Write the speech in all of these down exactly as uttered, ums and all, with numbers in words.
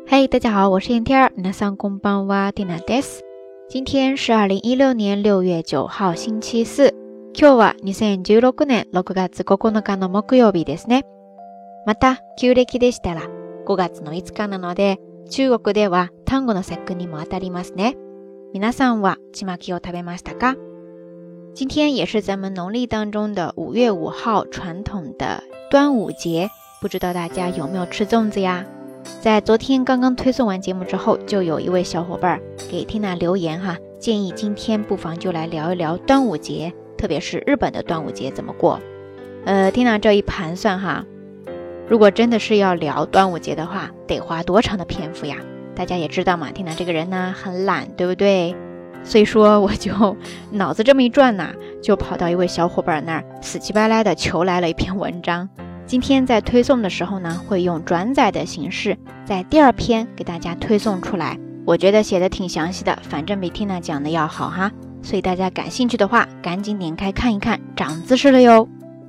嘿、hey, 大家好，我是燕天儿。皆さんこんばんは、ティナです。今天是二零一六年六月九号星期四。今日はにせんじゅうろくねんろくがつここのかの木曜日ですね。また旧暦でしたらごがつのいつかなので、中国では端午の節句にも当たりますね。皆さんはちまきを食べましたか？今天也是咱们农历当中的五月五号传统的端午节，不知道大家有没有吃粽子呀？在昨天刚刚推送完节目之后，就有一位小伙伴给 Tina 留言哈，建议今天不妨就来聊一聊端午节，特别是日本的端午节怎么过。呃 Tina 这一盘算哈，如果真的是要聊端午节的话，得花多长的篇幅呀？大家也知道嘛 Tina 这个人呢很懒，对不对？所以说我就脑子这么一转呢，就跑到一位小伙伴那儿死乞白赖的求来了一篇文章。今天在推送的时候呢，会用转载的形式在第二篇给大家推送出来。我觉得写的挺详细的，反正比 Tina 讲的要好哈，所以大家感兴趣的话赶紧点开看一看，长姿势了哟。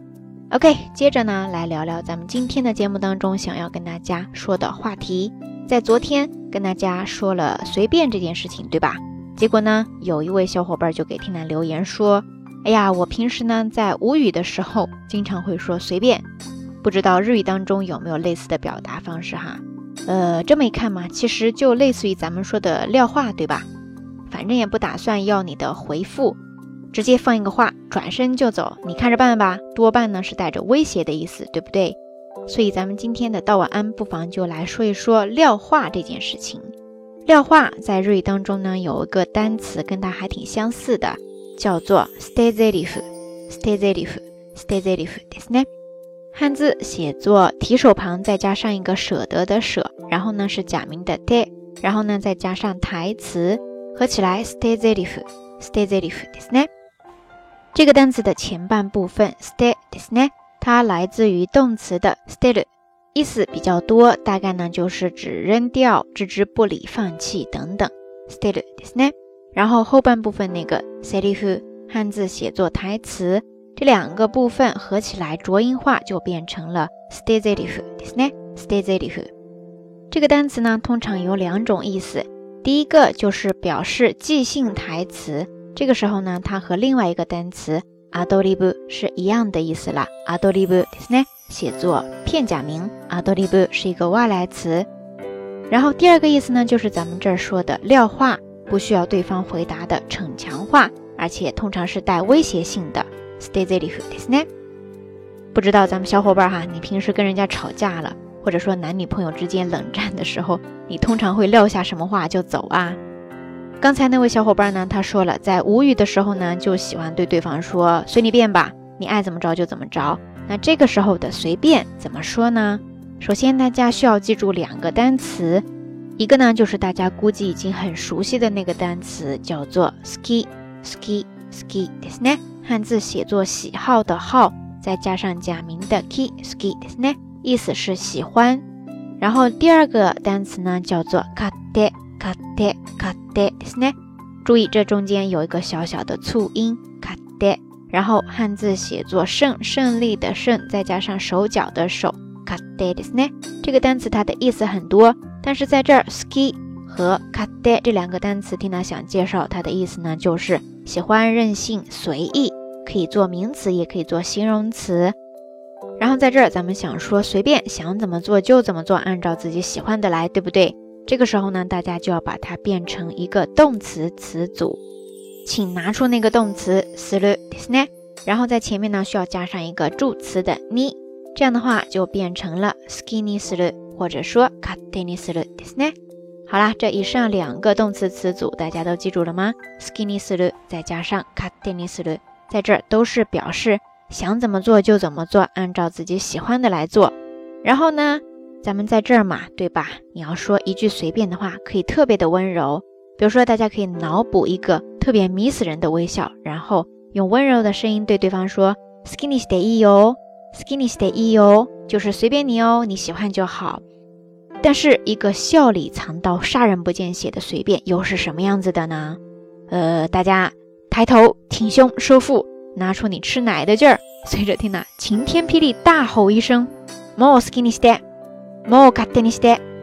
OK， 接着呢来聊聊咱们今天的节目当中想要跟大家说的话题。在昨天跟大家说了随便这件事情，对吧？结果呢有一位小伙伴就给 Tina 留言说，哎呀，我平时呢在无语的时候经常会说随便，不知道日语当中有没有类似的表达方式哈？呃，这么一看嘛，其实就类似于咱们说的撂话，对吧？反正也不打算要你的回复，直接放一个话，转身就走，你看着办吧。多半呢是带着威胁的意思，对不对？所以咱们今天的道晚安不妨就来说一说撂话这件事情。撂话在日语当中呢有一个单词跟它还挺相似的，叫做捨てゼリフ。捨てゼリフ、捨てゼリフですね。汉字写作提手旁再加上一个舍得的舍，然后呢是假名的て，然后呢再加上台词，合起来捨てゼリフ、捨てゼリフですね。这个单词的前半部分捨てですね，它来自于动词的捨てる，意思比较多，大概呢就是指扔掉、置之不理、放弃等等。捨てるですね。然后后半部分那个セリフ，汉字写作台词，这两个部分合起来浊音化就变成了捨てゼリフですね。捨てゼリフ这个单词呢通常有两种意思，第一个就是表示即兴台词，这个时候呢它和另外一个单词アドリブ是一样的意思啦。アドリブですね，写作片假名，アドリブ是一个外来词。然後第二个意思呢就是咱们这儿说的撂话，不需要对方回答的逞强话，而且通常是带威胁性的。捨てゼリフですね。不知道咱们小伙伴哈，你平时跟人家吵架了，或者说男女朋友之间冷战的时候，你通常会撂下什么话就走啊？刚才那位小伙伴呢，他说了，在无语的时候呢，就喜欢对对方说随你便吧，你爱怎么着就怎么着。那这个时候的随便怎么说呢？首先大家需要记住两个单词，一个呢就是大家估计已经很熟悉的那个单词，叫做好き、好き、好きですね。汉字写作喜好的好，再加上假名的き、好きですね，意思是喜欢。然后第二个单词呢叫做勝手、勝手、勝手ですね。注意这中间有一个小小的促音勝手，然后汉字写作胜，胜利的胜，再加上手脚的手勝手ですね。这个单词它的意思很多，但是在这儿好き和勝手这两个单词 Tina 想介绍它的意思呢就是喜欢、任性、随意，可以做名词也可以做形容词。然后在这儿咱们想说随便，想怎么做就怎么做，按照自己喜欢的来，对不对？这个时候呢大家就要把它变成一个动词词组，请拿出那个动词するですね，然后在前面呢需要加上一个助詞的に，这样的话就变成了好きにする，或者说勝手にするですね。好啦，这以上两个动词词组大家都记住了吗？好きにする再加上勝手にする，在这儿都是表示想怎么做就怎么做，按照自己喜欢的来做。然后呢咱们在这儿嘛，对吧？你要说一句随便的话可以特别的温柔，比如说大家可以脑补一个特别迷死人的微笑，然后用温柔的声音对对方说好きにしていいよ、好きにしていいよ，就是随便你哦，你喜欢就好。但是一个笑里藏刀杀人不见血的随便又是什么样子的呢？呃，大家抬头挺胸收腹，拿出你吃奶的劲儿，随着Tina晴天霹雳大吼一声もう好きにして、もう勝手にして。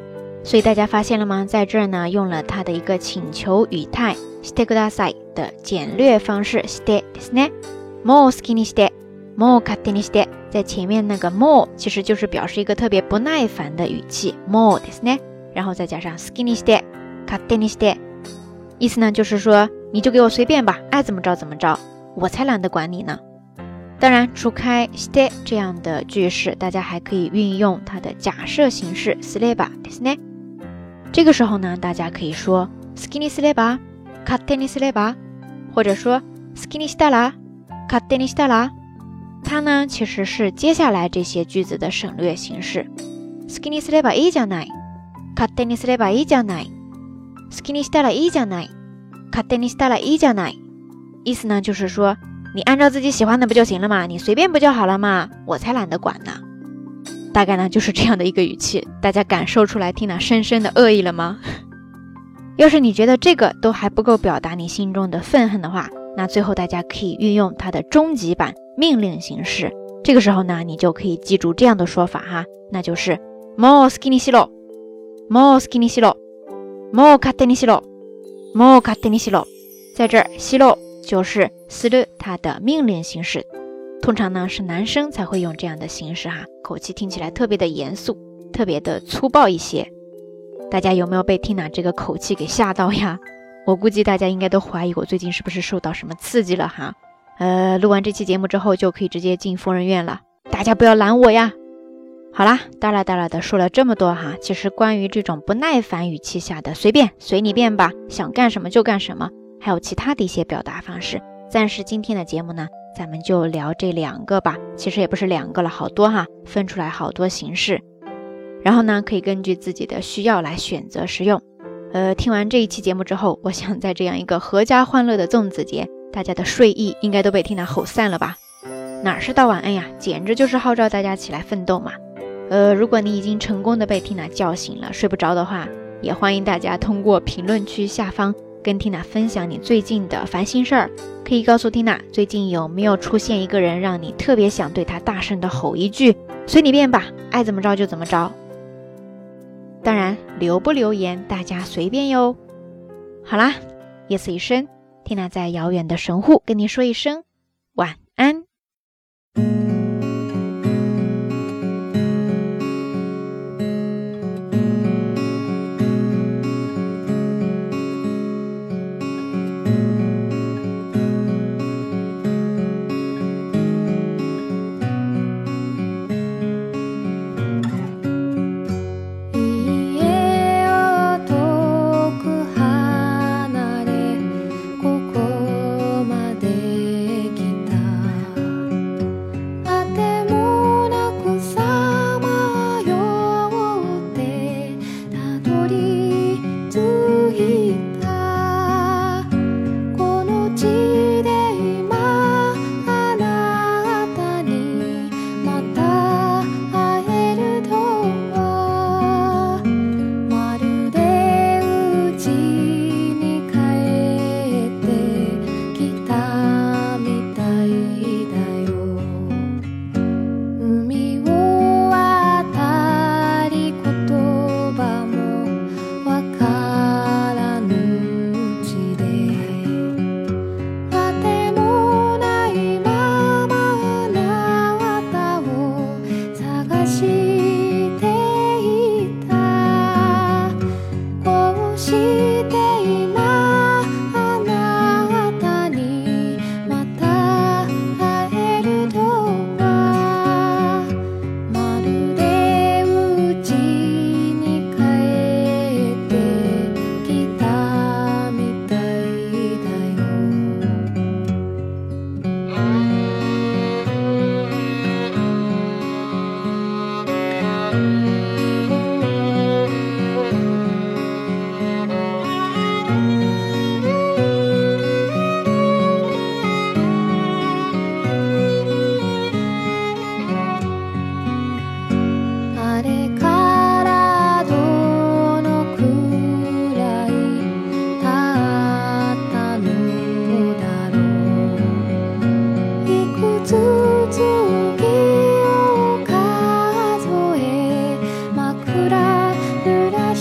所以大家发现了吗？在这儿呢，用了它的一个请求语态してください的简略方式してですね。もう好きにして、もう勝手にして，在前面那个も其实就是表示一个特别不耐烦的语气，もですね，然后再加上好きにして、勝手にして，意思呢就是说你就给我随便吧，爱怎么着怎么着，我才懒得管你呢。当然，除开して这样的句式，大家还可以运用它的假设形式すればですね。这个时候呢，大家可以说好きにすれば、勝手にすれば，或者说好きにしたら、勝手にしたら。它呢其实是接下来这些句子的省略形式。好きにすればいいじゃない、勝手にすればいいじゃない、好きにしたらいいじゃない、勝手にしたらいいじゃない。意思呢就是说，你按照自己喜欢的不就行了吗？你随便不就好了吗？我才懒得管呢。大概呢就是这样的一个语气，大家感受出来听了深深的恶意了吗？要是你觉得这个都还不够表达你心中的愤恨的话，那最后大家可以运用它的终极版命令形式。这个时候呢，你就可以记住这样的说法哈，那就是もう好きにしろ、もう好きにしろ、もう勝手にしろ、もう勝手にしろ。在这儿しろ就是する它的命令形式，通常呢是男生才会用这样的形式哈，口气听起来特别的严肃，特别的粗暴一些。大家有没有被听娜这个口气给吓到呀？我估计大家应该都怀疑我最近是不是受到什么刺激了哈。呃，录完这期节目之后就可以直接进疯人院了，大家不要拦我呀。好啦，哒啦哒啦的说了这么多哈，其实关于这种不耐烦语气下的随便随你便吧，想干什么就干什么，还有其他的一些表达方式，暂时今天的节目呢，咱们就聊这两个吧。其实也不是两个了，好多哈，分出来好多形式，然后呢可以根据自己的需要来选择使用。呃，听完这一期节目之后，我想在这样一个阖家欢乐的粽子节，大家的睡意应该都被听娜吼散了吧？哪是道晚安呀，简直就是号召大家起来奋斗嘛。呃，如果你已经成功的被听娜叫醒了，睡不着的话，也欢迎大家通过评论区下方跟听娜分享你最近的烦心事儿，可以告诉听娜最近有没有出现一个人让你特别想对他大声的吼一句随你便吧，爱怎么着就怎么着。当然留不留言大家随便哟。好啦，夜色已深，听娜在遥远的神户跟你说一声晚安。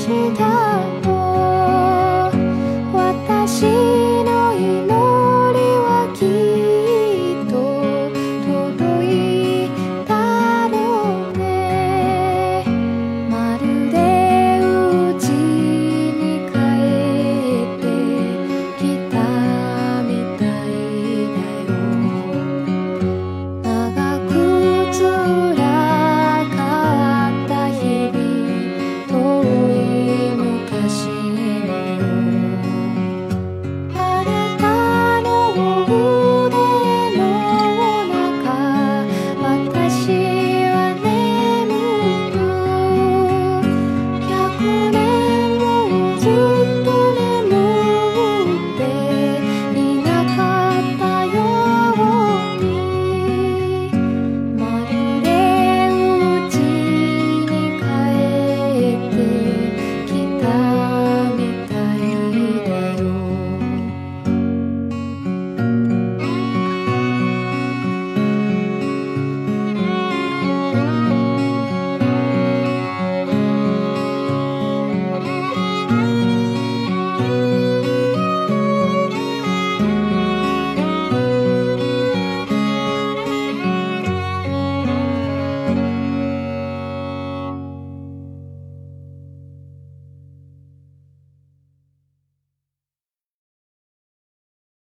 した